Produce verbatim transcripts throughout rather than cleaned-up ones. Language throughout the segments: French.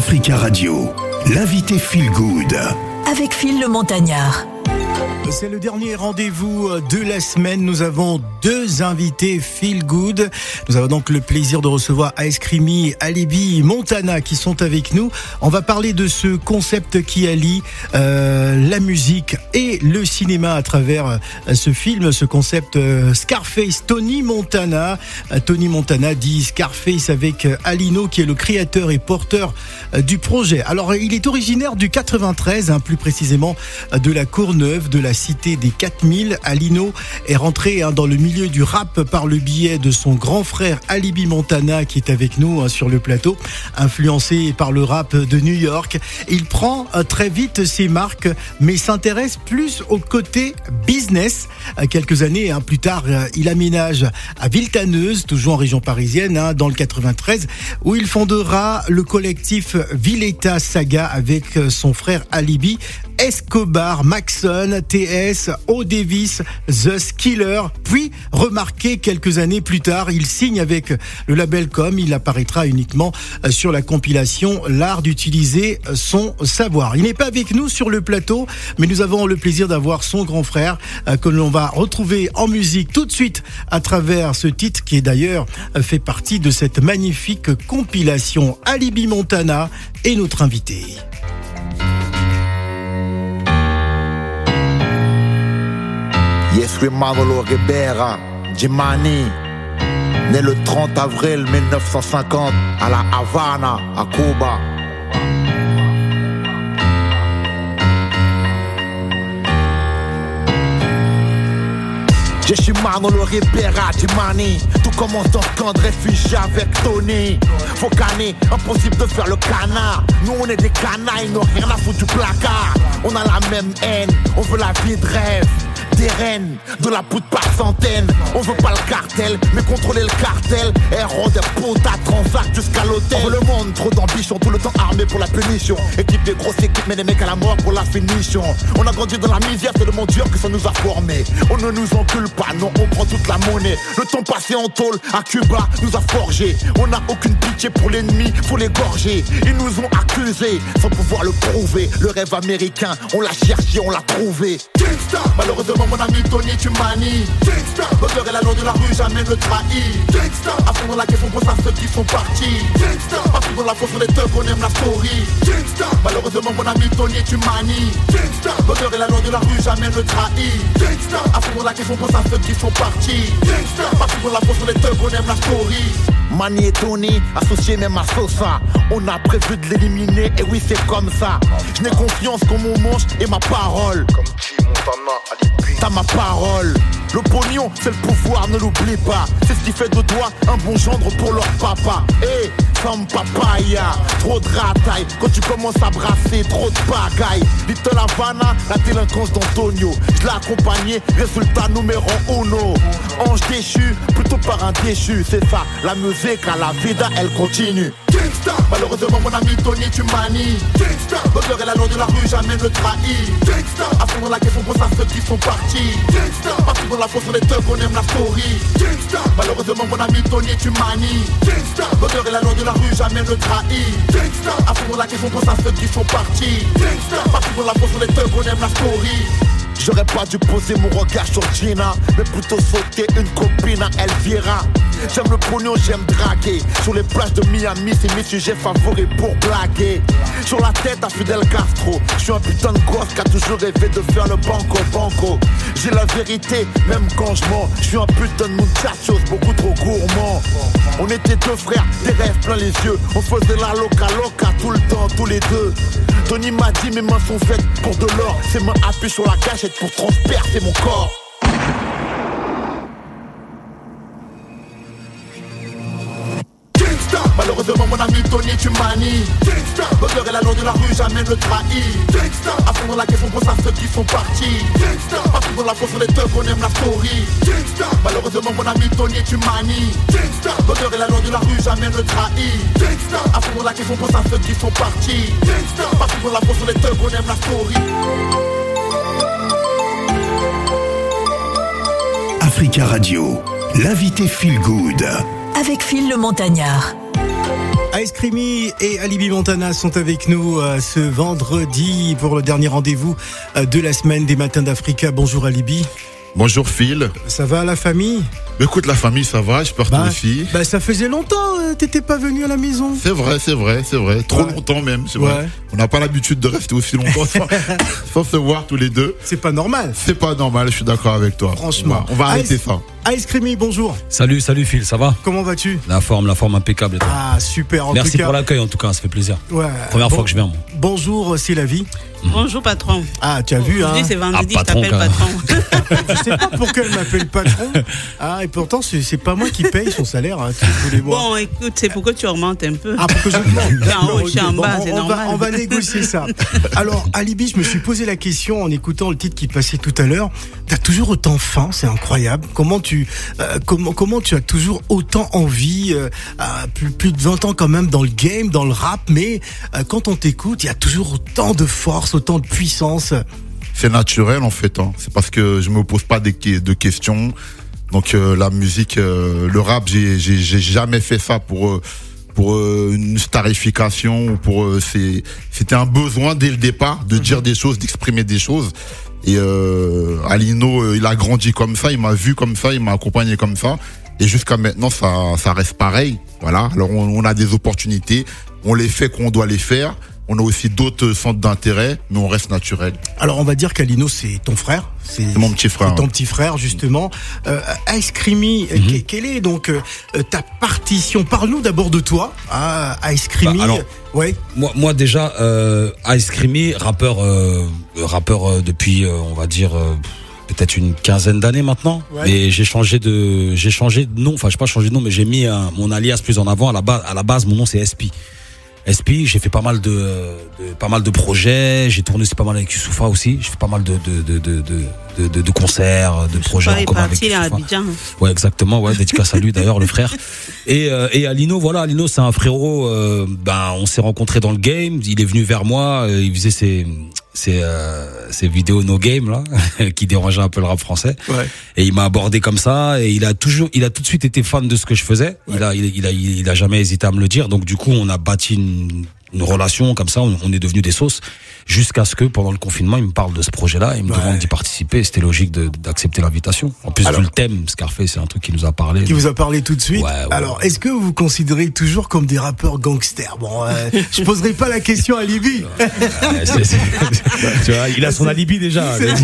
Africa Radio, l'invité Feel Good. Avec Phil le Montagnard. C'est le dernier rendez-vous de la semaine. Nous avons deux invités Feel Good. Nous avons donc le plaisir de recevoir Ice Creamy, Alibi, Montana qui sont avec nous. On va parler de ce concept qui allie euh, la musique et le cinéma à travers euh, ce film, ce concept euh, Scarface, Tony Montana. Euh, Tony Montana dit Scarface avec euh, Alino qui est le créateur et porteur euh, du projet. Alors il est originaire du quatre-vingt-treize, hein, plus précisément euh, de la Courneuve, de la cité des quatre mille. Alino est rentré hein, dans le milieu du rap par le biais de son grand frère Alibi Montana qui est avec nous hein, sur le plateau, influencé par le rap de New York. Il prend euh, très vite ses marques mais s'intéresse plus au côté business. Euh, quelques années hein, plus tard, euh, il aménage à Villetaneuse, toujours en région parisienne, hein, dans le quatre-vingt-treize, où il fondera le collectif Villeta Saga avec euh, son frère Alibi, Escobar, Maxon, T S, O. Davis, The Skiller. Puis, remarqué quelques années plus tard, il signe avec le label Com. Il apparaîtra uniquement sur la compilation L'art d'utiliser son savoir. Il n'est pas avec nous sur le plateau, mais nous avons le plaisir d'avoir son grand frère que l'on va retrouver en musique tout de suite à travers ce titre qui est d'ailleurs fait partie de cette magnifique compilation. Alibi Montana est notre invité. Yes, we Manolo Ribera, Jimani, né le trente avril mille neuf cent cinquante à la Havana, à Cuba. Je suis Manolo Ribera, Jimani. Tout commence dans ce camp de réfugiés avec Tony. Faut canner, impossible de faire le canard. Nous on est des canailles, nous rien à foutre du placard. On a la même haine, on veut la vie de rêve. Des reines, de la poudre par centaines. On veut pas le cartel, mais contrôler le cartel. Héros des potes à Transac jusqu'à l'hôtel. On veut le monde, trop d'ambition, tout le temps armé pour la punition. Équipe des grosses équipes, mais des mecs à la mort pour la finition. On a grandi dans la misère, c'est le monde dur que ça nous a formés. On ne nous encule pas, non, on prend toute la monnaie. Le temps passé en tôle à Cuba nous a forgés. On n'a aucune pitié pour l'ennemi, faut l'égorger. Ils nous ont accusés sans pouvoir le prouver. Le rêve américain, on l'a cherché, on l'a trouvé. Gangsta, malheureusement mon ami Tony tu manies. Gangsta, l'odeur et la loi de la rue jamais ne trahit. Gangsta, à fond dans la question pour ça ceux qui sont partis. Gangsta, partout dans la fosse sur les thugs on aime la story. Gangsta, malheureusement mon ami Tony tu manies. Gangsta, l'odeur et la loi de la rue jamais ne trahit. Gangsta, à fond dans la question pour ça ceux qui sont partis. Gangsta, partout dans la fosse sur les thugs on aime la story. Mani et Tony, associés même à Sosa. On a prévu de l'éliminer et oui c'est comme ça. Je n'ai confiance qu'en mon manche et ma parole. Comme qui Montana, Alibi. T'as ma parole. Le pognon, c'est le pouvoir, ne l'oublie pas. C'est ce qui fait de toi un bon gendre pour leur papa. Eh, hey, femme papaya, trop de rataille. Quand tu commences à brasser, trop de bagaille. Little Havana, la délinquance d'Antonio. Je l'ai accompagné, résultat numéro uno. Ange déchu, plutôt par un déchu. C'est ça, la musique à la vida, elle continue. Gangsta, malheureusement mon ami Tony tu manies. Gangsta, l'odeur et la loi de la rue jamais ne trahit. Gangsta, à fond dans la question pour ça ceux qui sont partis. Gangsta, partout dans la fosse sur les thugs on aime la story. Gangsta, malheureusement mon ami Tony tu manies. Gangsta, l'odeur et la loi de la rue jamais ne trahit. Gangsta, à fond dans la question pour ça ceux qui sont partis. Gangsta, partout dans la fosse sur les thugs on aime la story. J'aurais pas dû poser mon regard sur Gina, mais plutôt sauter une copine à Elvira. J'aime le pognon, j'aime draguer. Sur les plages de Miami, c'est mes sujets favoris pour blaguer. Sur la tête à Fidel Castro, je suis un putain de gosse qui a toujours rêvé de faire le banco banco. J'ai la vérité, même quand je mens. Je suis un putain de muchachos, beaucoup trop gourmand. On était deux frères, des rêves plein les yeux. On faisait la loca loca tout le temps, tous les deux. Tony m'a dit mes mains sont faites pour de l'or. Ses mains appuient sur la gâchette pour transpercer mon corps. Gangsta, malheureusement mon ami Tony tu manies. Gangsta, l'odeur et la loi de la rue jamais ne trahit. Gangsta, à fond dans la question pour ça ceux qui sont partis. Gangsta, partout dans la fosse sur les thugs on aime la story. Gangsta, malheureusement mon ami Tony tu manies. Gangsta, l'odeur et la loi de la rue jamais ne trahit. Gangsta, à fond dans la question pour ça ceux qui sont partis. Gangsta, partout dans la fosse sur les thugs on aime la story. Africa Radio, l'invité Feel Good. Avec Phil le Montagnard. Ice Creamy et Alibi Montana sont avec nous euh, ce vendredi pour le dernier rendez-vous euh, de la semaine des Matins d'Africa. Bonjour Alibi. Bonjour Phil. Ça va la famille ? Écoute, la famille, ça va, j'espère bah, toi aussi. Bah, ça faisait longtemps, euh, t'étais pas venu à la maison. C'est vrai, c'est vrai, c'est vrai. Trop ouais. longtemps même, c'est ouais. vrai. On n'a pas l'habitude de rester aussi longtemps sans, sans se voir tous les deux. C'est pas normal. C'est pas normal, je suis d'accord avec toi. Franchement. On va, on va arrêter Ice, ça. Ice Creamy, bonjour. Salut, salut Phil, ça va ? Comment vas-tu ? La forme, la forme impeccable. Ah, super. En Merci tout cas, pour l'accueil en tout cas, ça fait plaisir. Ouais. Première bon, fois que je viens. Moi. Bonjour, c'est la vie. Bonjour patron. Ah, tu as vu, hein ? C'est vendredi, ah, patron, je t'appelle patron. Je sais pas pourquoi elle m'appelle patron. Ah, et pourtant, c'est, c'est pas moi qui paye son salaire. Hein, tu bon, écoute, c'est pourquoi tu augmentes un peu. Ah, pour que je augmente. En haut, je suis en bas, bon, c'est on normal. Va, on va négocier ça. Alors, Alibi, je me suis posé la question en écoutant le titre qui passait tout à l'heure. T'as toujours autant faim, c'est incroyable. Comment tu, euh, comment, comment tu as toujours autant envie, euh, plus, plus de vingt ans quand même dans le game, dans le rap, mais euh, quand on t'écoute, il y a toujours autant de force, autant de puissance. C'est naturel en fait, hein. C'est parce que je me pose pas de, de questions. Donc euh, la musique, euh, le rap, j'ai, j'ai, j'ai jamais fait ça pour euh, pour euh, une starification ou pour euh, c'est, c'était un besoin dès le départ de dire des choses, d'exprimer des choses. Et euh, Alino, euh, il a grandi comme ça, il m'a vu comme ça, il m'a accompagné comme ça. Et jusqu'à maintenant, ça ça reste pareil. Voilà. Alors on, on a des opportunités, on les fait quand on doit les faire. On a aussi d'autres centres d'intérêt, mais on reste naturel. Alors on va dire qu'Alino c'est ton frère, c'est, c'est mon petit frère. C'est ton ouais. petit frère justement. Euh, Ice Creamy, mm-hmm. quelle est donc euh, ta partition ? Parle-nous d'abord de toi, hein, Ice Creamy. Bah, alors, ouais. Moi, moi déjà, euh, Ice Creamy, rappeur, euh, rappeur euh, depuis, euh, on va dire. Euh, peut-être une quinzaine d'années maintenant, ouais. Mais j'ai changé de, j'ai changé de nom. Enfin, j'ai pas changé de nom, mais j'ai mis un, mon alias plus en avant. À la base, à la base, mon nom c'est S P. S P, j'ai fait pas mal de, de pas mal de projets, j'ai tourné aussi pas mal avec Youssoupha aussi, j'ai fait pas mal de de de de de, de, de concerts, de projets en commun avec Youssoupha. Ouais, exactement, ouais, dédicace à lui d'ailleurs le frère. Et euh, et Alino, voilà, Alino c'est un frérot, euh, ben on s'est rencontrés dans le game, il est venu vers moi, il faisait ses ces euh, ces vidéos no game là qui dérangeaient un peu le rap français. Ouais. Et il m'a abordé comme ça et il a toujours il a tout de suite été fan de ce que je faisais. Ouais. Il a il, il a il a jamais hésité à me le dire. Donc du coup, on a bâti une, une relation comme ça, on, on est devenus des sauces jusqu'à ce que pendant le confinement, il me parle de ce projet-là, il me ouais. demande d'y participer, c'était logique de, d'accepter l'invitation. En plus alors, vu le thème, Scarface, c'est un truc qui nous a parlé. Qui vous a parlé tout de suite. Ouais, ouais. Alors, est-ce que vous vous considérez toujours comme des rappeurs gangsters ? Bon, euh, je poserai pas la question à Alibi. Ouais, c'est, c'est, tu vois, il a son alibi déjà. Ça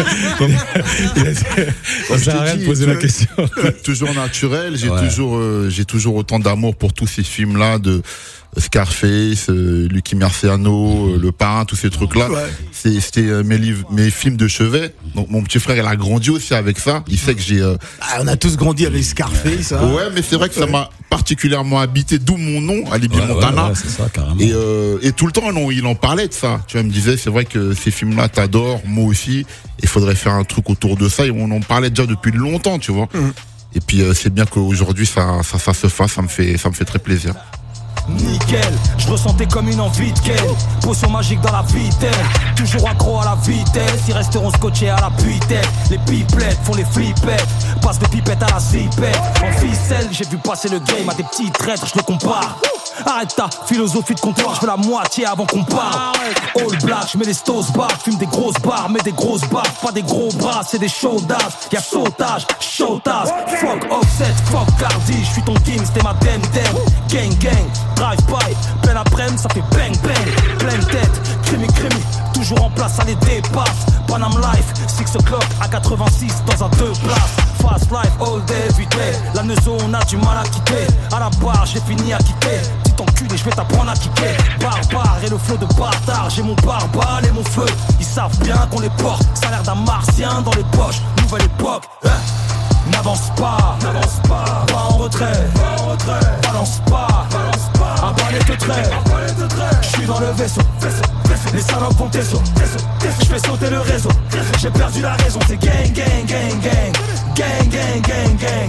sert à rien de poser la question. Toujours naturel, j'ai ouais. toujours, euh, j'ai toujours autant d'amour pour tous ces films-là de Scarface, euh, Lucky Marciano, euh, Le Parrain, tous ces trucs-là. Ouais. C'est, c'était euh, mes livres, mes films de chevet. Donc mon petit frère, il a grandi aussi avec ça. Il sait que j'ai. Euh... Ah, on a tous grandi avec Scarface. Hein. Ouais, mais c'est vrai que ça m'a particulièrement habité, d'où mon nom, Alibi ouais, Montana. Ouais, ouais, c'est ça, carrément. Et, euh, et tout le temps, non, il en parlait de ça. Tu vois, il me disait, c'est vrai que ces films-là, t'adores, moi aussi. Il faudrait faire un truc autour de ça. Et on en parlait déjà depuis longtemps, tu vois. Mmh. Et puis euh, c'est bien qu'aujourd'hui ça, ça, ça se fasse. Ça me fait, ça me fait très plaisir. Nickel, je ressentais comme une envie de quelle potion magique dans la vitesse. Toujours accro à la vitesse, ils resteront scotchés à la putette. Les pipelettes font les flippettes, passe de pipette à la zipette. En ficelle, j'ai vu passer le game à des petits traîtres, je le compare. Arrête ta philosophie de comptoir, je veux la moitié avant qu'on parle. All black, je mets des stos bas, fume des grosses barres, mets des grosses barres, pas des gros bras, c'est des chaudages. Y'a sautage, showtaz, fuck offset, fuck Cardi, je suis ton king, c'était ma dem dem. Gang gang, drive-by, plein après-midi, ça fait bang bang. Pleine tête, crimi crimi, toujours en place, ça les dépasse. Panam Life, six o'clock à quatre-vingt-six dans un deux places. Fast life, all day, every day. La neuzo, on a du mal à quitter. À la barre, j'ai fini à quitter. Petit enculé, je vais t'apprendre à kicker. Barbare et le flot de bâtard. J'ai mon barbare et mon feu. Ils savent bien qu'on les porte. Ça a l'air d'un martien dans les poches. Nouvelle époque. Hein. N'avance pas, n'avance pas. Pas en retrait, pas en retrait. Balance pas, balance pas. Un balai te trait, un balai te trait. Je suis dans le vaisseau, vaisseau, vaisseau. Les salopes vont tes sauts, je fais sauter le réseau. J'ai perdu la raison, c'est gang, gang, gang, gang. Gang, gang, gang, gang.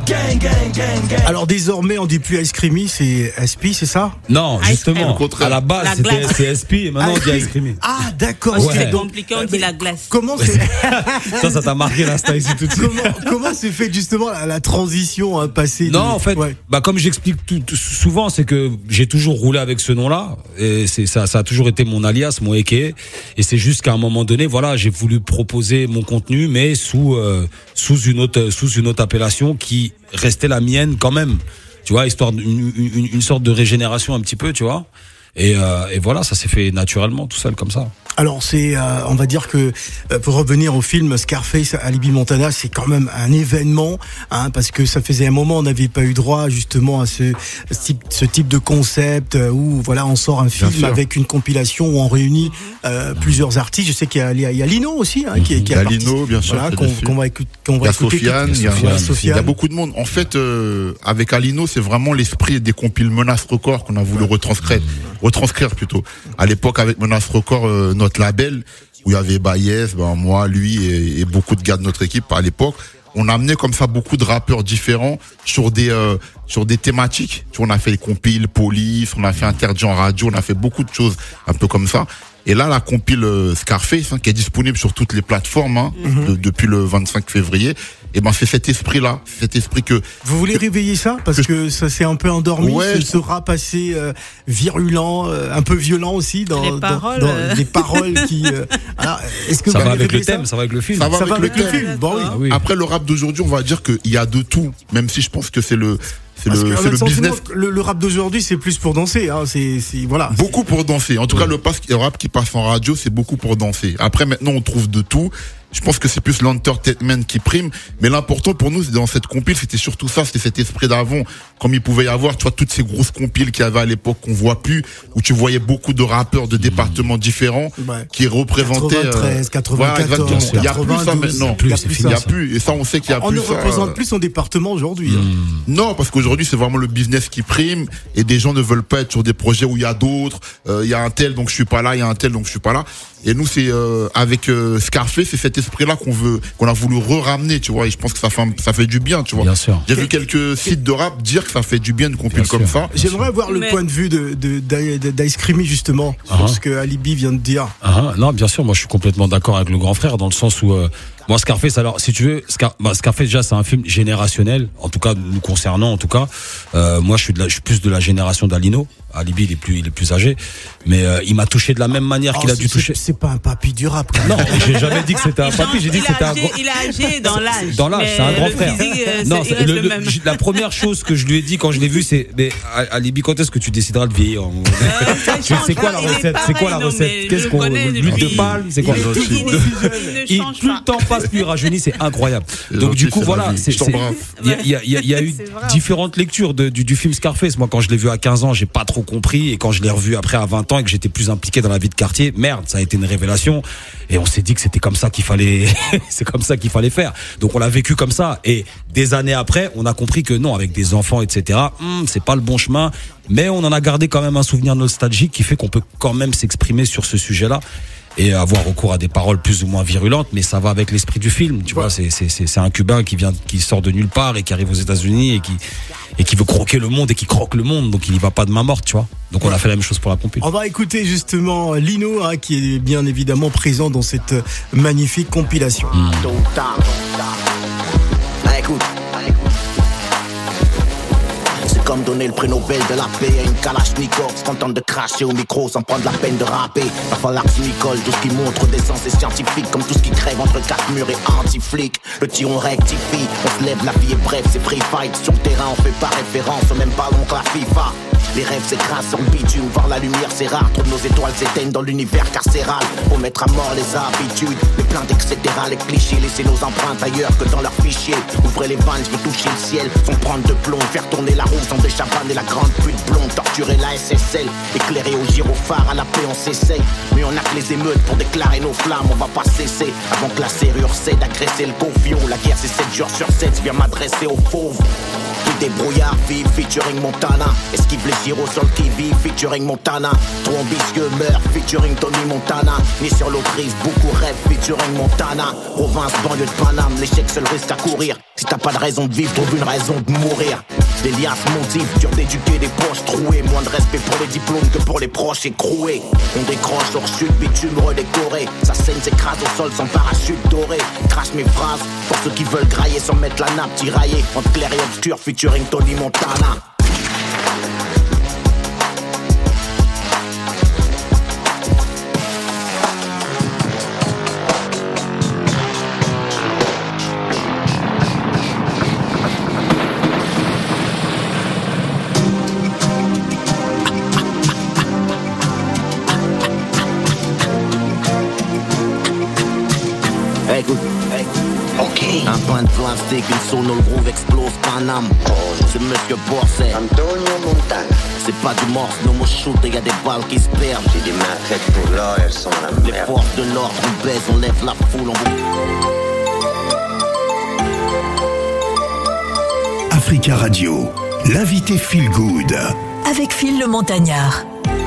gang, gang, gang, gang. Alors désormais, on dit plus Ice Creamy, c'est S P, c'est ça? Non, Ice justement. cream. À la base, La c'était glace. c'est S P et maintenant on dit Ice Creamy. Ah, d'accord. Parce que ok. c'est Donc, compliqué, on dit la glace. Comment c'est Ça, ça t'a marqué l'insta ici tout de suite. comment, comment s'est fait justement la, la transition hein, passée de... Non, en fait, Ouais. bah comme j'explique tout, tout- souvent, c'est que j'ai toujours roulé avec ce nom-là, et c'est ça, ça a toujours été mon alias, mon A K A, et c'est juste qu'à un moment donné, voilà, j'ai voulu proposer mon contenu, mais sous euh, sous une autre sous une autre appellation qui restait la mienne quand même, tu vois, histoire d'une une, une sorte de régénération un petit peu, tu vois. Et, euh, et voilà, ça s'est fait naturellement, tout seul comme ça. Alors c'est, euh, on va dire que euh, pour revenir au film Scarface, Alibi Montana, c'est quand même un événement, hein, parce que ça faisait un moment on n'avait pas eu droit justement à ce, ce type, ce type de concept euh, où voilà on sort un film sûr. avec une compilation où on réunit euh, plusieurs artistes. Je sais qu'il y a, il y a, il y a Lino aussi, hein, qui, qui Il y a participé- Lino, bien sûr, voilà, qui est qu'on, dessus. qu'on va écouter, qu'on Il y va a écouter. Sofiane, tout- il y a, Sofiane, il y a Sofiane. beaucoup de monde. En fait, euh, avec Alino, c'est vraiment l'esprit des compiles Menace Record qu'on a voulu retranscrire, retranscrire plutôt. À l'époque, avec Menace Record, euh, notre label, où il y avait Baez, ben moi, lui et, et beaucoup de gars de notre équipe à l'époque, on a amené comme ça beaucoup de rappeurs différents sur des euh, sur des thématiques. Tu vois, on a fait les compiles Police, on a fait Interdit en radio, on a fait beaucoup de choses un peu comme ça. Et là, la compile euh, Scarface, hein, qui est disponible sur toutes les plateformes hein, Mhm. de- depuis le vingt-cinq février, et ben c'est cet esprit-là, cet esprit que Vous voulez réveiller ça parce que ça s'est un peu endormi, Ouais, ce, je ce rap assez euh, virulent, euh, un peu violent aussi dans Les dans- paroles, dans euh. les paroles qui. euh, alors, est-ce que Ça vous va allez avec le réveiller ça thème, ça va avec le film. ça va Ça avec va le avec le thème. film. Bon oui. Ah oui. Après le rap d'aujourd'hui, on va dire qu'il y a de tout, même si je pense que c'est le c'est Parce le, que, c'est avec le le business. sentiment que le, le rap d'aujourd'hui, c'est plus pour danser. Hein, c'est, c'est voilà. Beaucoup pour danser. En tout cas, le, pas- le rap qui passe en radio, c'est beaucoup pour danser. Après, maintenant, on trouve de tout. Je pense que c'est plus l'entertainment qui prime. Mais l'important pour nous, c'est dans cette compile, c'était surtout ça, c'était cet esprit d'avant. Comme il pouvait y avoir, tu vois, toutes ces grosses compiles qu'il y avait à l'époque qu'on voit plus, où tu voyais beaucoup de rappeurs de départements différents Ouais. qui représentaient. quatre-vingt-treize, quatre-vingt-quatorze, exactement. Il y a plus ça quatre-vingt-douze. maintenant. Plus, Il y a c'est plus fini, Il y a ça. plus. Et ça, on sait qu'il y a On plus ne ça. représente plus son département aujourd'hui. hein. Non, parce qu'aujourd'hui, c'est vraiment le business qui prime et des gens ne veulent pas être sur des projets où il y a d'autres. Euh, Il y a un tel, donc je suis pas là. Il y a un tel, donc je suis pas là. Et nous, c'est euh, avec euh, Scarface, c'est cet esprit-là qu'on veut, qu'on a voulu re-ramener, tu vois. Et je pense que ça fait, un- ça fait du bien, tu vois. Bien sûr. J'ai vu quelques sites de rap dire que ça fait du bien de compile Bien comme sûr. ça. J'aimerais avoir le Mais- point de vue de, de, d'I- de- d'Ice Creamy justement Ah. sur ce que Alibi vient de dire. Ah, non, bien sûr, moi je suis complètement d'accord avec le grand frère dans le sens où euh, moi Scarface, alors si tu veux, Scar bah, Scarface déjà c'est un film générationnel, en tout cas nous concernant, en tout cas. Euh, moi je suis de la, je suis plus de la génération d'Alino. Alibi il est plus il est plus âgé, mais euh, il m'a touché de la même manière qu'il Oh, a dû c'est, toucher. c'est, c'est pas un papy du rap. quand même. Non, j'ai jamais dit que c'était un Il papy, change- j'ai dit que il est c'était un âgé- gros. Il est âgé dans l'âge. Dans l'âge, mais c'est un grand le frère. physique, euh, Non, c'est- c'est- il reste le- le le- même. j- la première chose que je lui ai dit quand je l'ai vu, c'est mais Alibi, quand est-ce que tu décideras de vieillir ça Tu sais, c'est quoi la change pas, il est recette C'est quoi la pareil, non, recette mais Qu'est-ce je qu'on connais l'huile de depuis- palme C'est quoi Il est aussi. toujours aussi jeune, il Il- ne change plus pas. le temps passe, plus il rajeunit, c'est incroyable. C'est Donc du gentil, coup, c'est voilà, la vie. c'est Je t'embrasse. il y a, il y a- il y a- il y a eu C'est vrai. différentes lectures de- du, du film Scarface. Moi, quand je l'ai vu à quinze ans, j'ai pas trop compris, et quand je l'ai revu après à vingt ans et que j'étais plus impliqué dans la vie de quartier, merde, ça a été une révélation. Et on s'est dit que c'était comme ça qu'il fallait, c'est comme ça qu'il fallait faire. Donc on l'a vécu comme ça. Et des années après, on a compris que non, avec des enfants, et cetera, hum, c'est pas le bon chemin. Mais on en a gardé quand même un souvenir nostalgique qui fait qu'on peut quand même s'exprimer sur ce sujet-là et avoir recours à des paroles plus ou moins virulentes, mais ça va avec l'esprit du film. Tu vois, c'est c'est c'est c'est un Cubain qui vient, qui sort de nulle part et qui arrive aux États-Unis et qui et qui veut croquer le monde et qui croque le monde. Donc il y va pas de main morte, tu vois. Donc on a fait la même chose pour la compil. On va écouter justement Lino hein, qui est bien évidemment présent dans cette euh, magnifique compilation. Tôt ou tard. Ah, écoute. C'est comme donner le prix Nobel de la paix à une Kalachnikov, se contente de cracher au micro sans prendre la peine de rapper. Va falloir que je m'y colle, tout ce qui montre des sens est scientifique, comme tout ce qui crève entre quatre murs et anti-flic. Le tyron rectifie, on se lève, la vie est brève, c'est free fight. Sur le terrain, on fait pas référence au même ballon que la FIFA. Les rêves s'écrasent sur le bitume, voir la lumière c'est rare. Trop de nos étoiles s'éteignent dans l'univers carcéral. Pour mettre à mort les habitudes, les plaintes et cetera. Les clichés, laisser nos empreintes ailleurs que dans leurs fichiers. Ouvrez les vannes, je veux toucher le ciel sans prendre de plomb, faire tourner la roue sans déchavanner la grande pute blonde. Torturer la S S L, éclairer au gyrophare. À la paix on s'essaye, mais on a que les émeutes pour déclarer nos flammes. On va pas cesser avant que la serrure cède, agresser le confiant. La guerre c'est sept jours sur sept, je viens m'adresser aux fauves. Qui débrouillard vive featuring Montana. Esquive les gyros sur le qui-vive featuring Montana. Trop ambitieux meurt featuring Tony Montana. Ni sur l'autre rive, beaucoup rêvent featuring Montana. Province, banlieue de Paname, l'échec seul risque à courir. Si t'as pas de raison de vivre, trouve une raison de mourir. Les liens se motivent, dur d'éduquer des poches trouées. Moins de respect pour les diplômes que pour les proches écroués. On décroche hors chute, bitume redécoré. Ça saigne, s'écrase au sol sans parachute doré. Crache mes phrases pour ceux qui veulent grailler sans mettre la nappe tiraillée. Entre clair et obscur, featuring Tony Montana. Écoute, ok. Un pain de plastique, une sono, le groove explose Paname. C'est Monsieur Borset, Antonio Montana. c'est pas du morse, no more shoot, y'a des balles qui se perdent. J'ai des mains faites pour l'or, elles sont la Les merde. forces de l'ordre, on baise, on lève la foule, on... Africa Radio, l'invité Feel Good. Avec Phil le Montagnard.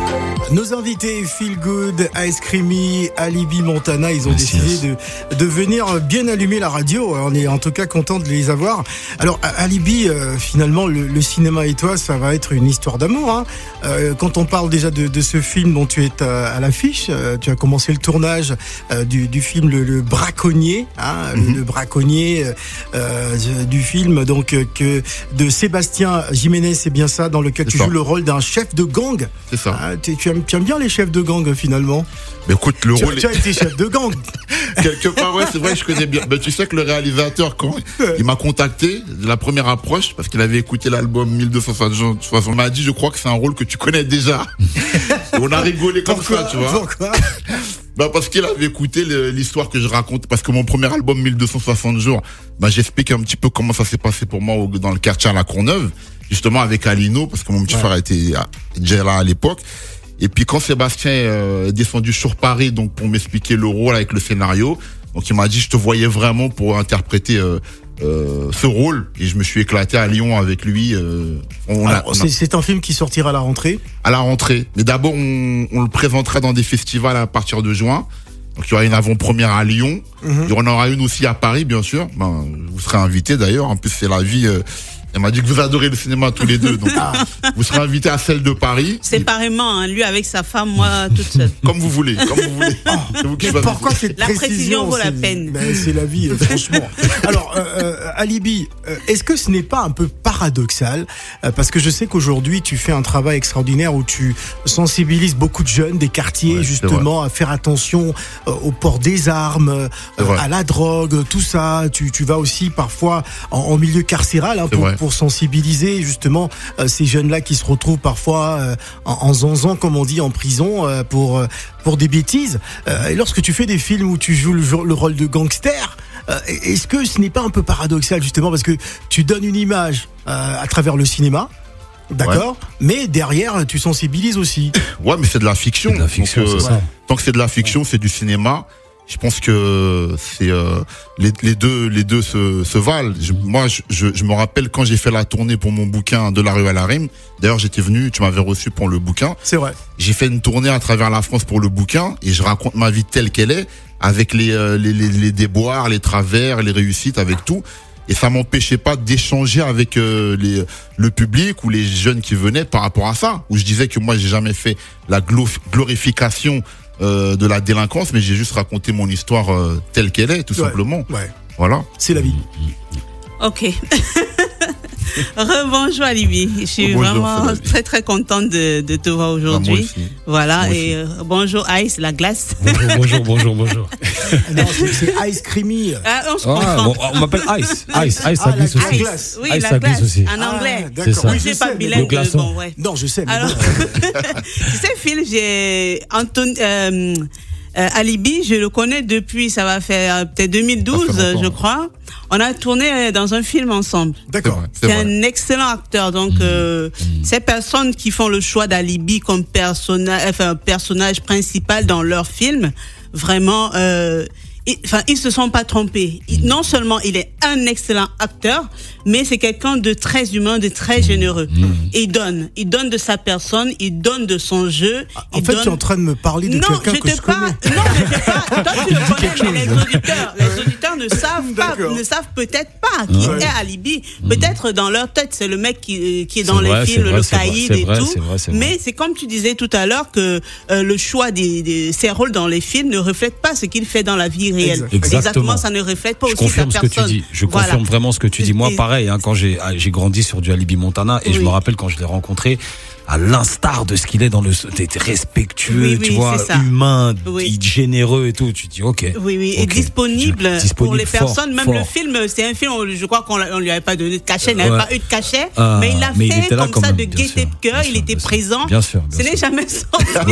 Nos invités Feel Good, Ice Creamy, Alibi Montana, ils ont Merci, décidé de, de venir bien allumer la radio. On est en tout cas content de les avoir. Alors Alibi, euh, finalement, le, le cinéma et toi, ça va être une histoire d'amour. Hein. Euh, quand on parle déjà de, de ce film dont tu es à, à l'affiche, euh, tu as commencé le tournage euh, du, du film Le, le Braconnier, hein, mm-hmm. le, le Braconnier euh, du film donc euh, que de Sébastien Jiménez, c'est bien ça, dans lequel c'est tu ça. joues le rôle d'un chef de gang. C'est ça. Ah, tu, tu aimes Tu aimes bien les chefs de gang finalement? Mais écoute, le Tu, rôle tu as été chef de gang. quelque part, ouais, c'est vrai, je connais bien. Mais tu sais que le réalisateur, quand il m'a contacté, de la première approche, parce qu'il avait écouté l'album mille deux cent soixante, on m'a dit, je crois que c'est un rôle que tu connais déjà. Et on a rigolé comme Pourquoi, ça, tu vois. Pourquoi? Bah parce qu'il avait écouté le, l'histoire que je raconte, parce que mon premier album mille deux cent soixante jours, bah j'explique un petit peu comment ça s'est passé pour moi au, dans le quartier à la Courneuve, justement avec Alino, parce que mon petit ouais. frère était déjà là à l'époque. Et puis quand Sébastien euh, est descendu sur Paris, donc pour m'expliquer le rôle avec le scénario, donc il m'a dit je te voyais vraiment pour interpréter euh, euh, ce rôle, et je me suis éclaté à Lyon avec lui. Euh, on Alors, a, on a... c'est, c'est un film qui sortira à la rentrée. À la rentrée, mais d'abord on, on le présenterait dans des festivals à partir de juin. Donc il y aura une avant-première à Lyon, mm-hmm. il y en aura une aussi à Paris bien sûr. Ben, vous serez invités d'ailleurs. En plus c'est la vie. Euh, Elle m'a dit que vous adorez le cinéma tous les deux, donc vous serez invités à celle de Paris. Séparément, hein, lui avec sa femme, moi toute seule. Comme vous voulez, comme vous voulez. Oh, c'est vous qui pourquoi cette la précision, précision vaut c'est, la peine. Ben, c'est la vie, franchement. Alors, euh, euh, Alibi, euh, est-ce que ce n'est pas un peu paradoxal euh, parce que je sais qu'aujourd'hui tu fais un travail extraordinaire où tu sensibilises beaucoup de jeunes des quartiers ouais, justement à faire attention euh, au port des armes, euh, à la drogue, tout ça. Tu, tu vas aussi parfois en, en milieu carcéral hein, pour pour sensibiliser justement euh, ces jeunes-là qui se retrouvent parfois euh, en, en zanzan, comme on dit, en prison euh, pour euh, pour des bêtises. Euh, et lorsque tu fais des films où tu joues le, le rôle de gangster, euh, est-ce que ce n'est pas un peu paradoxal justement parce que tu donnes une image euh, à travers le cinéma, d'accord, ouais. mais derrière tu sensibilises aussi. Ouais, mais c'est de la fiction. C'est de la fiction. Donc, euh, c'est ça. Tant que c'est de la fiction, c'est du cinéma. Je pense que c'est euh, les, les deux les deux se, se valent. Je, moi, je, je, je me rappelle quand j'ai fait la tournée pour mon bouquin De la rue à la rime. D'ailleurs, j'étais venu, tu m'avais reçu pour le bouquin. C'est vrai. J'ai fait une tournée à travers la France pour le bouquin et je raconte ma vie telle qu'elle est, avec les euh, les, les, les déboires, les travers, les réussites, avec tout. Et ça m'empêchait pas d'échanger avec euh, les, le public ou les jeunes qui venaient par rapport à ça. Où je disais que moi, j'ai jamais fait la glorification Euh, de la délinquance, mais j'ai juste raconté mon histoire euh, telle qu'elle est, tout ouais, simplement. Ouais. Voilà. C'est la vie. Ok. Rebonjour Alibi, je suis bonjour, vraiment très très contente de, de te voir aujourd'hui. Ah, voilà, moi et euh, bonjour Ice, la glace. Bonjour, bonjour, bonjour, bonjour. Non, c'est, c'est Ice Creamy. Ah, on se ah, comprend. Bon, on m'appelle Ice. Ice, Ice, ça ah, glisse aussi. Glace. Oui, Ice, la ça glace, glisse aussi. en anglais. Ah, d'accord. C'est ça. Oui, je je suis pas sais, bilingue. Bon, ouais. Non, je sais. Mais alors, bon. tu sais, Phil, j'ai Anton, euh, euh, Alibi, je le connais depuis, ça va faire peut-être deux mille douze, je crois. On a tourné dans un film ensemble. D'accord. C'est, c'est un excellent acteur. Donc, mmh. euh, mmh. ces personnes qui font le choix d'Alibi comme personnage, enfin, personnage principal dans leur film, vraiment, euh, enfin, ils se sont pas trompés. Il, non seulement il est un excellent acteur, mais c'est quelqu'un de très humain, de très généreux. Mmh. Et il donne, il donne de sa personne, il donne de son jeu. En fait, donne... tu es en train de me parler de non, quelqu'un je que te je parle... connais. Non, mais je parle. Toi, tu le connais, mais les auditeurs, les auditeurs ne savent pas, ne savent peut-être pas qui ouais. est Alibi. Mmh. Peut-être dans leur tête, c'est le mec qui, qui est dans c'est les vrai, films, vrai, le caïd et vrai, tout. C'est vrai, c'est mais vrai. c'est comme tu disais tout à l'heure que euh, le choix des, des ses rôles dans les films ne reflète pas ce qu'il fait dans la vie réelle. Exactement. Exactement, ça ne reflète pas je aussi confirme sa ce personne. que tu dis. Je voilà. confirme vraiment ce que tu dis. Moi, pareil, hein, quand j'ai j'ai grandi sur du Alibi Montana et oui. je me rappelle quand je l'ai rencontré, à l'instar de ce qu'il est dans le, t'es respectueux, oui, oui, tu vois, humain, oui. généreux et tout. Tu dis ok. Oui, oui, okay. et disponible, disponible pour les fort, personnes. Même fort. le film, c'est un film. Je crois qu'on on lui avait pas donné de cachet, il n'avait ouais. pas eu de cachet, ah, mais il l'a mais fait il comme ça même, de gaieté de cœur. Il était bien présent. Bien sûr. Bien Ce sûr. n'est jamais sorti.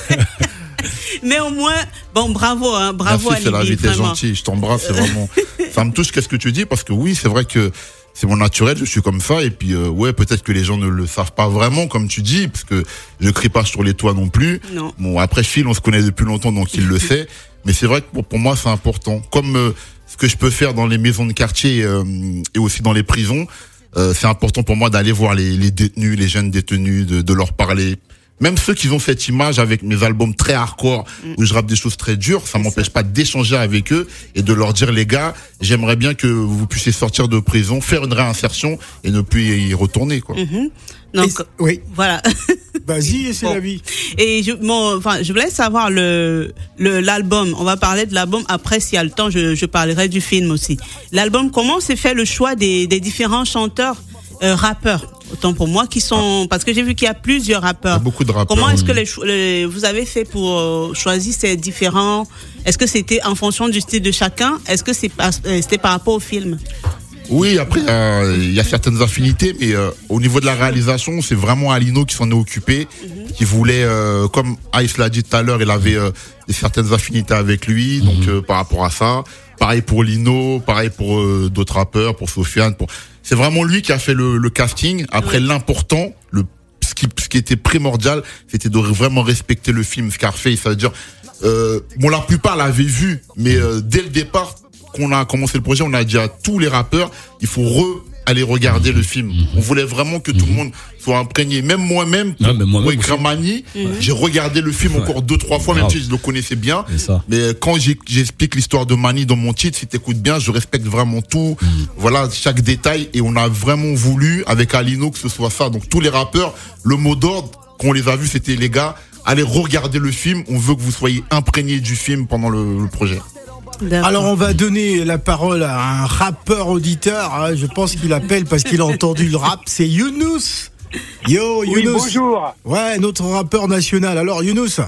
Mais au moins, bon, bravo, hein, bravo Merci, à Alibi. Merci, c'est la vie, t'es gentil. Je t'embrasse, c'est vraiment. Ça me touche, qu'est-ce que tu dis, parce que oui, c'est vrai que c'est mon naturel, je suis comme ça, et puis euh, ouais, peut-être que les gens ne le savent pas vraiment, comme tu dis, parce que je crie pas sur les toits non plus. Non. Bon, après Phil, on se connaît depuis longtemps, donc il le sait. Mais c'est vrai que pour, pour moi, c'est important. Comme euh, ce que je peux faire dans les maisons de quartier euh, et aussi dans les prisons, euh, c'est important pour moi d'aller voir les, les détenus, les jeunes détenus, de, de leur parler. Même ceux qui ont cette image avec mes albums très hardcore, mm. où je rappe des choses très dures, ça m'empêche ça. pas d'échanger avec eux et de leur dire, les gars, j'aimerais bien que vous puissiez sortir de prison, faire une réinsertion et ne plus y retourner, quoi. Mm-hmm. Donc, et, oui. Voilà. Vas-y, c'est bon. la vie. Et je, bon, enfin, je voulais savoir le, le, l'album. On va parler de l'album. Après, s'il y a le temps, je, je parlerai du film aussi. L'album, comment s'est fait le choix des, des différents chanteurs, euh, rappeurs? Autant pour moi, qui sont, parce que j'ai vu qu'il y a plusieurs rappeurs. Il y a beaucoup de rappeurs. Comment est-ce que les, les, vous avez fait pour euh, choisir ces différents? Est-ce que c'était en fonction du style de chacun? Est-ce que c'est par, c'était par rapport au film? Oui, après, euh, il y a certaines affinités, mais euh, au niveau de la réalisation, c'est vraiment Alino qui s'en est occupé, mm-hmm. qui voulait, euh, comme Ice l'a dit tout à l'heure, il avait euh, certaines affinités avec lui, mm-hmm. donc euh, par rapport à ça. Pareil pour Lino, pareil pour euh, d'autres rappeurs, pour Sofiane. Pour... C'est vraiment lui qui a fait le, le casting. Après, oui. l'important, le ce qui, ce qui était primordial, c'était de vraiment respecter le film Scarface. Ça veut dire, euh, bon, la plupart l'avaient vu, mais euh, dès le départ, qu'on a commencé le projet, on a dit à tous les rappeurs, il faut re aller regarder le film. On voulait vraiment que tout le monde soit imprégné. Même moi-même, pour, ouais, moi pour écrire Mani, ouais. j'ai regardé le film ouais. encore deux, trois fois, même si je le connaissais bien. Mais quand j'ai, j'explique l'histoire de Mani dans mon titre, si t'écoutes bien, je respecte vraiment tout. Mm. Voilà, chaque détail. Et on a vraiment voulu, avec Alino, que ce soit ça. Donc tous les rappeurs, le mot d'ordre, quand on les a vus, c'était les gars, allez regarder le film. On veut que vous soyez imprégnés du film pendant le, le projet. D'accord. Alors on va donner la parole à un rappeur auditeur, hein, je pense qu'il appelle parce qu'il a entendu le rap, c'est Younous. Yo Younous. Oui, bonjour. Ouais, notre rappeur national. Alors Younous.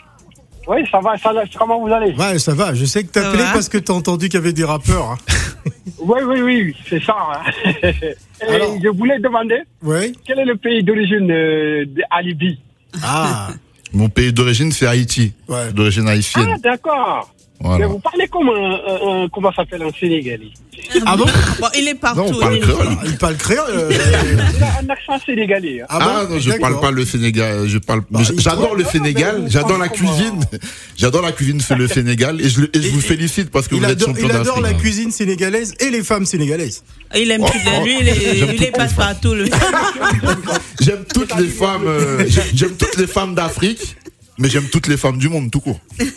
Oui, ça va, ça, comment vous allez? Ouais, ça va, je sais que t'as appelé parce que t'as entendu qu'il y avait des rappeurs. Hein. Oui, oui, oui, c'est ça. Hein. Et alors, je voulais demander, ouais. quel est le pays d'origine euh, d'Alibi? Ah. Mon pays d'origine, c'est Haïti, ouais. d'origine haïtienne. Ah, d'accord. Voilà. Mais vous parlez comme un, un comment ça s'appelle un Sénégalais. Ah bon, bon, il est partout. Non, on parle il, créole. Il parle créole. Euh... Il a un accent sénégalais. Hein. Ah, bon ah non, je D'accord. parle pas le Sénégal. Je parle. Bah, j'adore le Sénégal. J'adore la cuisine. J'adore la cuisine sur le Sénégal et je, et je vous félicite parce que vous êtes champion d'Afrique. Il adore la cuisine sénégalaise et les femmes sénégalaises. Il aime tout. Oh, lui, il est, il est passe partout. J'aime toutes les femmes. Euh, j'aime toutes les femmes d'Afrique. Mais j'aime toutes les femmes du monde, tout court.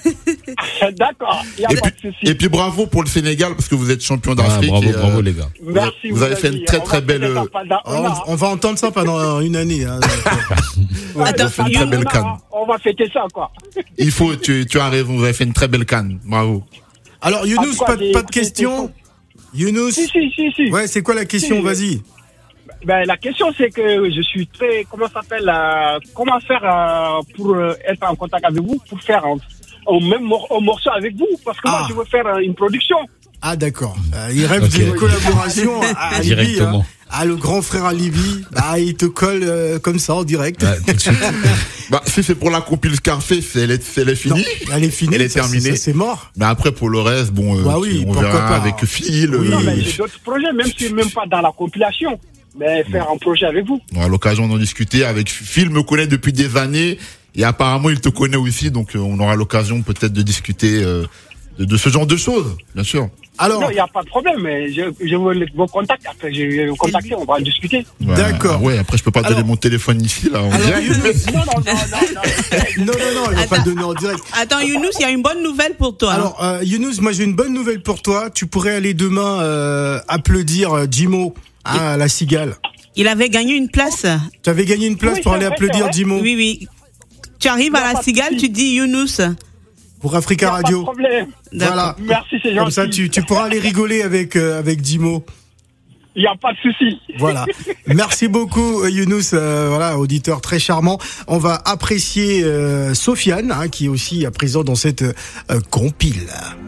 D'accord. Et puis, et puis bravo pour le Sénégal, parce que vous êtes champion d'Afrique. Ah, bravo, et, euh, bravo les gars. Merci. Vous, vous avez fait une très très belle... On, on va entendre ça pendant une année. Hein. Ouais, Attends, fait une très belle canne. On va fêter ça, quoi. Il faut, tu, tu as raison, vous avez fait une très belle canne. Bravo. Alors Younous, pas, pas de questions. Younous. Si, si, si, si. Ouais, c'est quoi la question? Si, Vas-y. Ben, la question, c'est que je suis très, comment ça s'appelle, euh, comment faire euh, pour euh, être en contact avec vous, pour faire un, un même mor- un morceau avec vous, parce que ah. moi, je veux faire euh, une production. Ah, d'accord. Euh, il rêve okay. d'une collaboration à Alibi. Directement. Hein. Ah, le grand frère Alibi, bah, il te colle euh, comme ça en direct. Ouais, tout de suite. Bah, si c'est pour la compile Scarface, elle est, elle est finie. Non, elle est finie. Elle est ça, terminée. Ça, c'est mort. Mais après, pour le reste, bon, euh, bah oui, on verra pas. Avec Phil. Oui, euh, non, mais j'ai d'autres projets, même si même pas dans la compilation. Mais faire un projet avec vous. On a l'occasion d'en discuter avec Phil, me connaît depuis des années et apparemment il te connaît aussi, donc euh, on aura l'occasion peut-être de discuter euh, de, de ce genre de choses, bien sûr. Alors, non, il n'y a pas de problème, mais je, je veux vos contacts. Après, je vais vous contacter, on va en discuter. Ouais, D'accord. Ouais, après, je peux pas Alors, donner mon téléphone ici, là. On alors, non, non, non, non, non. non, non, non, il va pas le donner en direct. Attends, Younous, il y a une bonne nouvelle pour toi. Alors, euh, Younous, moi j'ai une bonne nouvelle pour toi. Tu pourrais aller demain euh, applaudir euh, Jimo hein, à la Cigale. Il avait gagné une place. Tu avais gagné une place Oui, pour c'est aller vrai, applaudir c'est vrai. Jimo Oui, oui. Tu arrives Il y a à pas la de Cigale, souci. tu dis Younous. pour Africa Pas de Radio. problème. Voilà. Merci, c'est gentil. Comme ça, tu, tu pourras aller rigoler avec euh, avec Jimo. Il n'y a pas de souci. Voilà. Merci beaucoup, Younous, euh, voilà, auditeur très charmant. On va apprécier euh, Sofiane, hein, qui est aussi à présent dans cette euh, compile.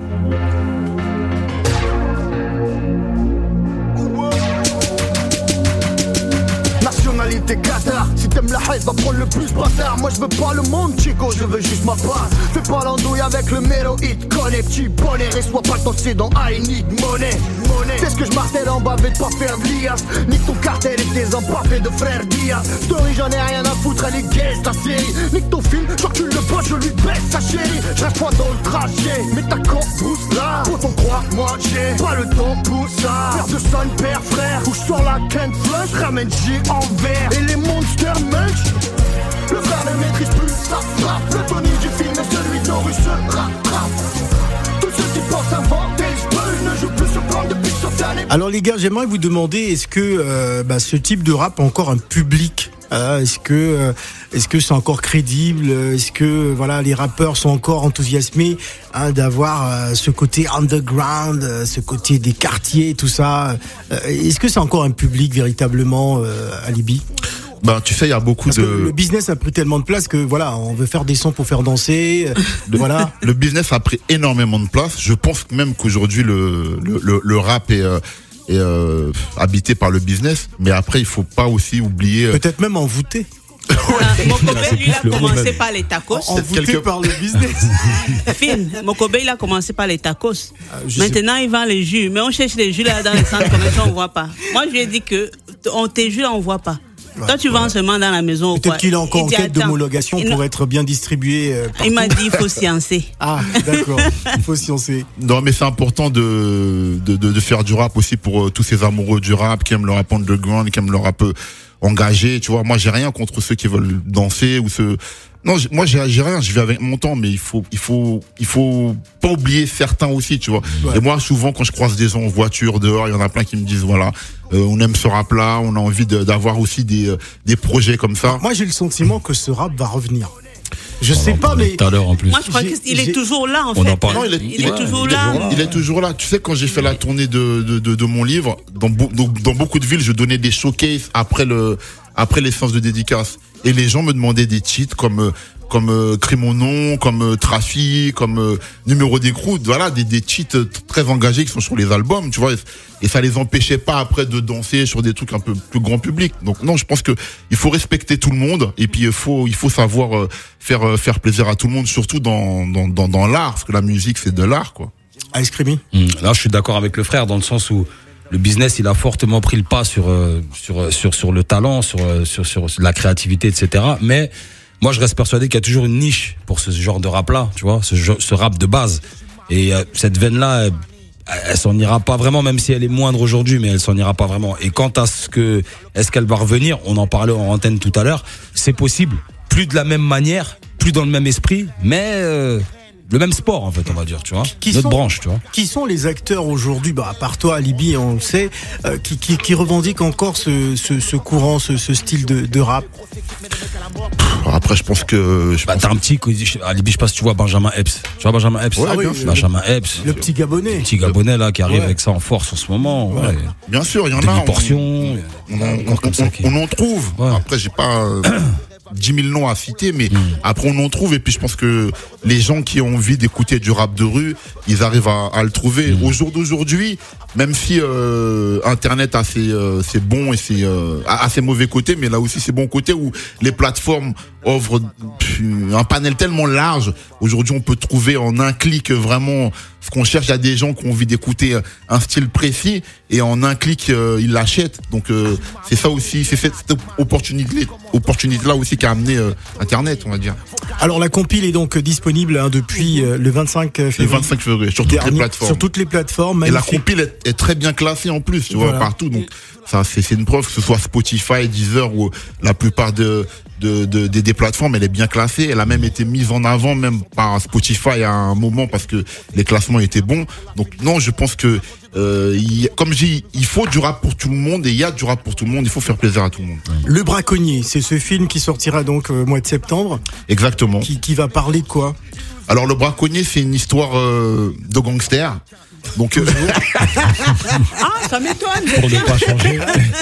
Nationalité Qatar, si t'aimes la haine, va prendre le plus bâtard. Moi je veux pas le monde, Chico, je veux juste ma part. Fais pas l'andouille avec le mélo, hit, connais, petit bonnet. Reçois pas ton C dans I need money. C'est ce que je martèle en bas, vais pas faire de lias. Nique ton cartel et tes empaffés de frère Diaz. Story, j'en ai rien à foutre, elle est gaze ta série. Nique ton film, je tu le bois, je lui baisse sa chérie. Je reste pas dans le trajet, mais ta cambrousse là. Pour ton croire, moi j'ai pas le temps pour ça. Père de son, père, frère, où je sors la Kent Flush, ramène J en verre. Et les monster munch, le frère ne maîtrise plus sa frappe. Le Tony du film est celui de nos rues se rattrape. Tous ceux qui pensent inventer le spell ne jouent plus sur plan depuis Sofiane. Alors les gars, j'aimerais vous demander, est-ce que euh, bah, ce type de rap a encore un public? Euh, est-ce que euh, est-ce que c'est encore crédible? Est-ce que voilà, les rappeurs sont encore enthousiasmés hein, d'avoir euh, ce côté underground, euh, ce côté des quartiers, tout ça? Euh, est-ce que c'est encore un public véritablement, euh, Alibi? Ben, tu sais, il y a beaucoup Parce de. que le business a pris tellement de place que voilà, on veut faire des sons pour faire danser. Euh, Le, voilà. le business a pris énormément de place. Je pense même qu'aujourd'hui le le, le, le rap est euh, est euh, habité par le business, mais après il faut pas aussi oublier. Euh, Peut-être même envoûté. Ah, Mokobé, lui, il a commencé par les tacos. Envoûté quelque- par le business. Fine, Mokobé, il a commencé par les tacos. Ah, je sais- Maintenant, il vend les jus. Mais on cherche les jus là dans les centres commerciaux, on voit pas. Moi, je lui ai dit que on tes jus là, on voit pas. Toi, tu vends seulement dans la maison ou quoi. Peut-être qu'il est encore Il en dit, quête attends, d'homologation il pour n'a- être bien distribué. euh, Il partout. m'a dit, il faut sciencer. Ah, d'accord. Il faut sciencer. Non, mais c'est important de, de, de, de faire du rap aussi pour euh, tous ces amoureux du rap qui aiment le rap underground, qui aiment le rap euh, engagé. Tu vois, moi, j'ai rien contre ceux qui veulent danser ou ceux. Non, j'ai- moi, j'ai j'ai rien. Je vais avec mon temps, mais il faut, il faut, il faut pas oublier certains aussi, tu vois. Ouais. Et moi, souvent, quand je croise des gens en voiture, dehors, il y en a plein qui me disent, voilà, euh, on aime ce rap-là, on a envie de- d'avoir aussi des, euh, des projets comme ça. Moi, j'ai le sentiment que ce rap va revenir. Je On sais en pas, parlait mais tout à l'heure en plus. Moi, je crois J'ai- qu'il j'ai- est toujours là, en On fait. en parle. Non, il est, Il est toujours il est- là. Il est toujours là. Tu sais, quand j'ai fait la tournée de, de, de, de mon livre, dans, beau- dans, dans beaucoup de villes, je donnais des showcases après le, après les séances de dédicace. Et les gens me demandaient des titres comme, euh, comme euh, Crie mon nom, comme euh, Trafic, comme euh, Numéro d'écrou, voilà, des, des titres très engagés qui sont sur les albums, tu vois. Et, et ça les empêchait pas après de danser sur des trucs un peu plus grand public. Donc non, je pense que il faut respecter tout le monde et puis il faut, il faut savoir euh, faire, euh, faire plaisir à tout le monde, surtout dans, dans, dans, dans l'art, parce que la musique c'est de l'art, quoi. Ice Creamy. Hum, Là, je suis d'accord avec le frère dans le sens où le business, il a fortement pris le pas sur euh, sur sur sur le talent, sur euh, sur sur la créativité, et cetera. Mais moi, je reste persuadé qu'il y a toujours une niche pour ce genre de rap-là, tu vois, ce, jeu- ce rap de base. Et euh, cette veine-là, elle, elle s'en ira pas vraiment, même si elle est moindre aujourd'hui, mais elle s'en ira pas vraiment. Et quant à ce que, est-ce qu'elle va revenir, on en parlait en antenne tout à l'heure, c'est possible. Plus de la même manière, plus dans le même esprit, mais euh, le même sport, en fait, on va dire, tu vois. Qui Notre sont- branche, tu vois. Qui sont les acteurs aujourd'hui, bah, à part toi, Alibi, on le sait, euh, qui, qui, qui revendiquent encore ce, ce, ce courant, ce, ce style de, de rap? Après, je pense que je Bah, pense t'as un petit, Alibi, je sais pas si tu vois Benjamin Epps. Tu vois Benjamin Epps? Ouais, Ah oui, bien sûr. Benjamin Epps. Le petit Gabonais. Le petit Gabonais, là, qui arrive Ouais. avec ça en force en ce moment. Ouais. bien sûr, il y en a. Demi-portion. On, on, en- Encore comme on- ça qui- on en trouve. Ouais. Après, j'ai pas euh, dix mille noms à citer, mais après on en trouve. Et puis je pense que les gens qui ont envie d'écouter du rap de rue, ils arrivent à, à le trouver. Au jour d'aujourd'hui, même si euh, Internet a ses, euh, ses bons et ses, euh, a a ses mauvais côtés, mais là aussi ses bons côtés où les plateformes offrent pff, un panel tellement large. Aujourd'hui, on peut trouver en un clic vraiment ce qu'on cherche. Il y a des gens qui ont envie d'écouter un style précis et en un clic, euh, ils l'achètent. Donc euh, c'est ça aussi, c'est cette opportunité, opportunité là aussi qui a amené euh, Internet, on va dire. Alors la compile est donc disponible hein, depuis euh, le vingt-cinq février. Le vingt-cinq février, sur toutes dernier, les plateformes. Sur toutes les plateformes. Et la magnifique. compile est, est très bien classée en plus, tu Voilà. vois, partout. Donc ça, c'est, c'est une preuve que ce soit Spotify, Deezer ou la plupart de, de, de, des, des plateformes, elle est bien classée. Elle a même été mise en avant même par Spotify à un moment parce que les classements étaient bons. Donc non, je pense que euh, il, comme je dis, il faut du rap pour tout le monde et il y a du rap pour tout le monde. Il faut faire plaisir à tout le monde. Le Braconnier, c'est ce film qui sortira donc euh, au mois de septembre. Exactement. Qui, qui va parler de quoi? Alors le Braconnier, c'est une histoire euh, de gangster. Donc euh, Ah, ça m'étonne. Pour ne pas changer.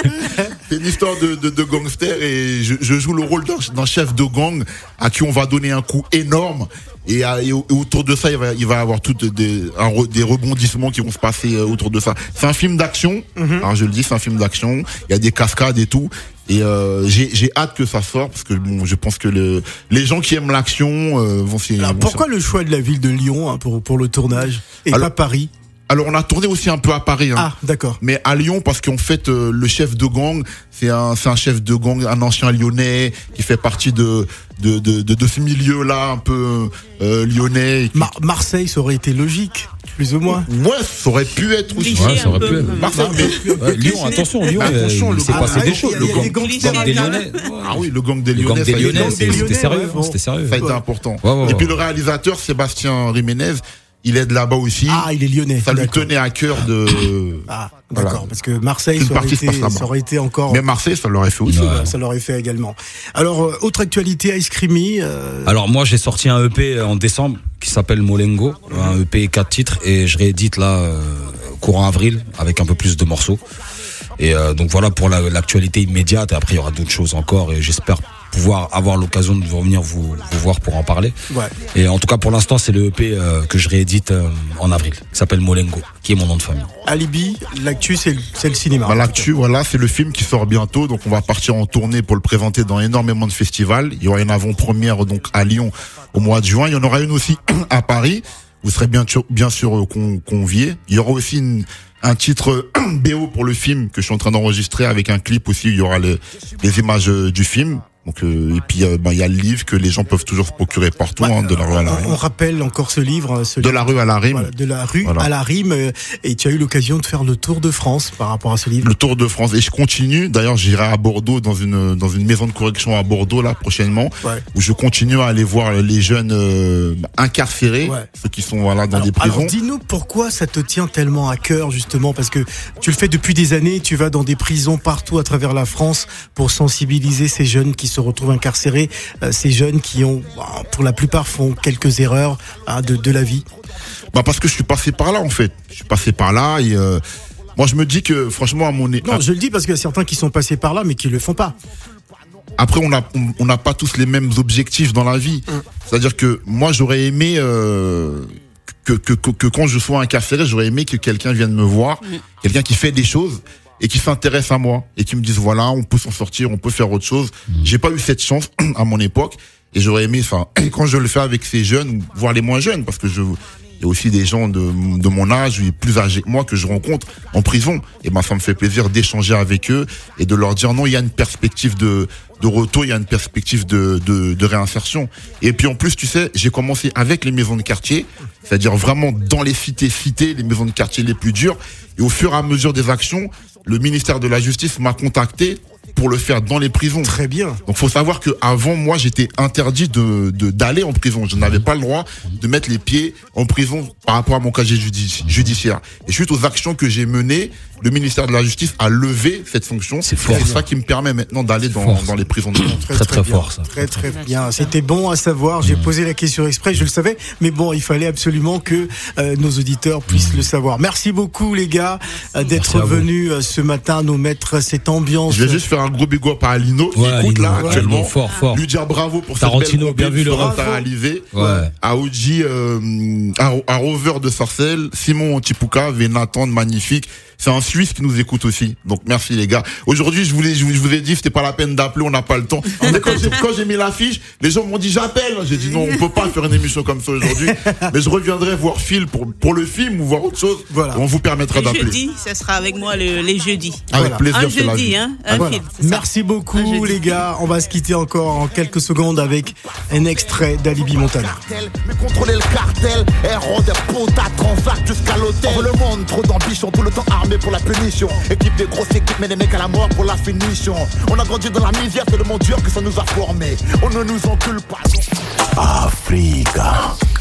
c'est une histoire de, de, de gangster et je, je joue le rôle d'un, d'un chef de gang à qui on va donner un coup énorme. Et, à, et autour de ça, il va, il va y avoir toutes des, un, des rebondissements qui vont se passer autour de ça. C'est un film d'action. Mm-hmm. Alors je le dis, c'est un film d'action. Il y a des cascades et tout. Et euh, j'ai, j'ai hâte que ça sorte parce que bon, je pense que le, les gens qui aiment l'action euh, vont s'y. Alors vont pourquoi s'y... le choix de la ville de Lyon hein, pour pour le tournage et Alors, pas Paris? Alors on a tourné aussi un peu à Paris, hein. Ah d'accord. Mais à Lyon parce qu'en fait euh, le chef de gang c'est un c'est un chef de gang, un ancien Lyonnais qui fait partie de de de de, de ce milieu là un peu euh, lyonnais. Qui... Mar- Marseille ça aurait été logique plus ou moins. Ouais, ça aurait pu être aussi. Ouais, ça aurait pu être. Marseille, mais... ouais, Lyon, attention, Lyon, attention, il le s'est gang- passé ah, des il choses. y a- Le il y a gang, des gangsters gang des Lyonnais. Ah oui, le gang des Le Lyonnais. gang des ça a été- Lyonnais, c'est- c'était sérieux. ouais, bon. C'était sérieux. Ça a été Ouais. important. Ouais, ouais, Et puis ouais. le réalisateur Sébastien Jiménez, il est de là-bas aussi. Ah il est lyonnais. Ça lui d'accord. tenait à cœur de. Ah d'accord Voilà. parce que Marseille Une ça aurait, partie se été, passe là-bas. ça aurait été encore. Mais Marseille, ça l'aurait fait aussi. Ouais. Ça, ça l'aurait fait également. Alors euh, autre actualité Ice Creamy. Euh... Alors moi j'ai sorti un E P en décembre qui s'appelle Molengo, un E P quatre titres et je réédite là euh, courant avril avec un peu plus de morceaux. Et euh, donc voilà pour la, l'actualité immédiate et après il y aura d'autres choses encore et j'espère pouvoir avoir l'occasion de revenir vous, vous voir pour en parler. Ouais. Et en tout cas pour l'instant c'est le E P euh, que je réédite euh, en avril qui s'appelle Molengo qui est mon nom de famille. Alibi, l'actu c'est le, c'est le cinéma. Bah, l'actu, voilà, c'est le film qui sort bientôt, donc on va partir en tournée pour le présenter dans énormément de festivals. Il y aura une avant-première donc à Lyon au mois de juin. Il y en aura une aussi à Paris. Vous serez bien sûr, bien sûr euh, con, conviés. Il y aura aussi une, un titre B O pour le film que je suis en train d'enregistrer avec un clip aussi. Il y aura le, les images euh, du film. Donc euh, et puis euh, bah, il y a le livre que les gens peuvent toujours se procurer partout, Ouais, hein, de la rue à la on, rime. on rappelle encore ce livre, ce De la rue à la rime. Voilà, de la rue Voilà. à la rime. euh, Et tu as eu l'occasion de faire le tour de France par rapport à ce livre. Le Tour de France et je continue. D'ailleurs, j'irai à Bordeaux dans une dans une maison de correction à Bordeaux là prochainement, Ouais. où je continue à aller voir les jeunes euh, incarcérés, Ouais. ceux qui sont voilà dans Alors, des prisons. alors, dis-nous pourquoi ça te tient tellement à cœur justement parce que tu le fais depuis des années, tu vas dans des prisons partout à travers la France pour sensibiliser ces jeunes qui se retrouvent incarcérés, euh, ces jeunes qui ont, bah, pour la plupart, font quelques erreurs hein, de, de la vie. Bah parce que je suis passé par là en fait. Je suis passé par là et euh, moi je me dis que franchement à mon é- Non, je le dis parce qu'il y a certains qui sont passés par là mais qui le font pas. après on a on on n'a pas tous les mêmes objectifs dans la vie. Hum. C'est-à-dire que moi j'aurais aimé euh, que, que que que quand je sois incarcéré, j'aurais aimé que quelqu'un vienne me voir, quelqu'un qui fait des choses et qui s'intéresse à moi et qui me dise voilà, on peut s'en sortir, on peut faire autre chose. J'ai pas eu cette chance à mon époque et j'aurais aimé enfin quand je le fais avec ces jeunes, voire les moins jeunes parce que je il y a aussi des gens de, de mon âge ou plus âgés que moi que je rencontre en prison. Et ben, ça me fait plaisir d'échanger avec eux et de leur dire non, il y a une perspective de, de retour, il y a une perspective de, de, de réinsertion. Et puis en plus, tu sais, j'ai commencé avec les maisons de quartier, c'est-à-dire vraiment dans les cités citées, les maisons de quartier les plus dures. Et au fur et à mesure des actions, le ministère de la Justice m'a contacté pour le faire dans les prisons. Très bien. Donc faut savoir que avant moi j'étais interdit de de d'aller en prison. Je n'avais pas le droit de mettre les pieds en prison par rapport à mon casier judi- judiciaire. Et suite aux actions que j'ai menées, le ministère de la Justice a levé cette fonction. C'est fort, C'est ça. ça qui me permet maintenant d'aller dans fort, dans les prisons de France. Très, très bien. fort, ça. Très très bien. C'était bon à savoir. J'ai posé la question exprès, je le savais, mais bon, il fallait absolument que euh, nos auditeurs puissent le savoir. Merci beaucoup les gars euh, d'être Merci à vous. venus euh, ce matin nous mettre cette ambiance. Je vais juste faire un gros big up à Alino qui Ouais, écoute Alino, là ouais, actuellement. Alino, fort, fort. Lui dire bravo pour Tarantino, cette belle bien vu, le compil rap. que t'as réalisé. Ouais. À Oji, euh, à, à Rover de Sarcelles, Simon Tipuka, Nathan, magnifique. C'est un Suisse qui nous écoutent aussi. Donc merci les gars. Aujourd'hui, je voulais, je vous ai dit, c'était pas la peine d'appeler, on n'a pas le temps. Mais quand j'ai, quand j'ai mis l'affiche, les gens m'ont dit j'appelle. J'ai dit non, on peut pas faire une émission comme ça aujourd'hui. Mais je reviendrai voir Phil pour pour le film ou voir autre chose. Voilà. On vous permettra les d'appeler. Jeudi, ça sera avec moi le, les jeudis. Avec voilà. plaisir. Un jeudi, hein. Un voilà. film. Merci beaucoup les gars. On va se quitter encore en quelques secondes avec un extrait d'Alibi Montana. Mais contrôler le cartel, héros des potas, transact jusqu'à l'hôtel. On veut le monde, trop d'ambition, tout le temps armé pour la punition. Équipe des grosses équipes, mais des mecs à la mort pour la finition. On a grandi dans la misère, c'est le monde dur que ça nous a formé. On ne nous encule pas. Africa.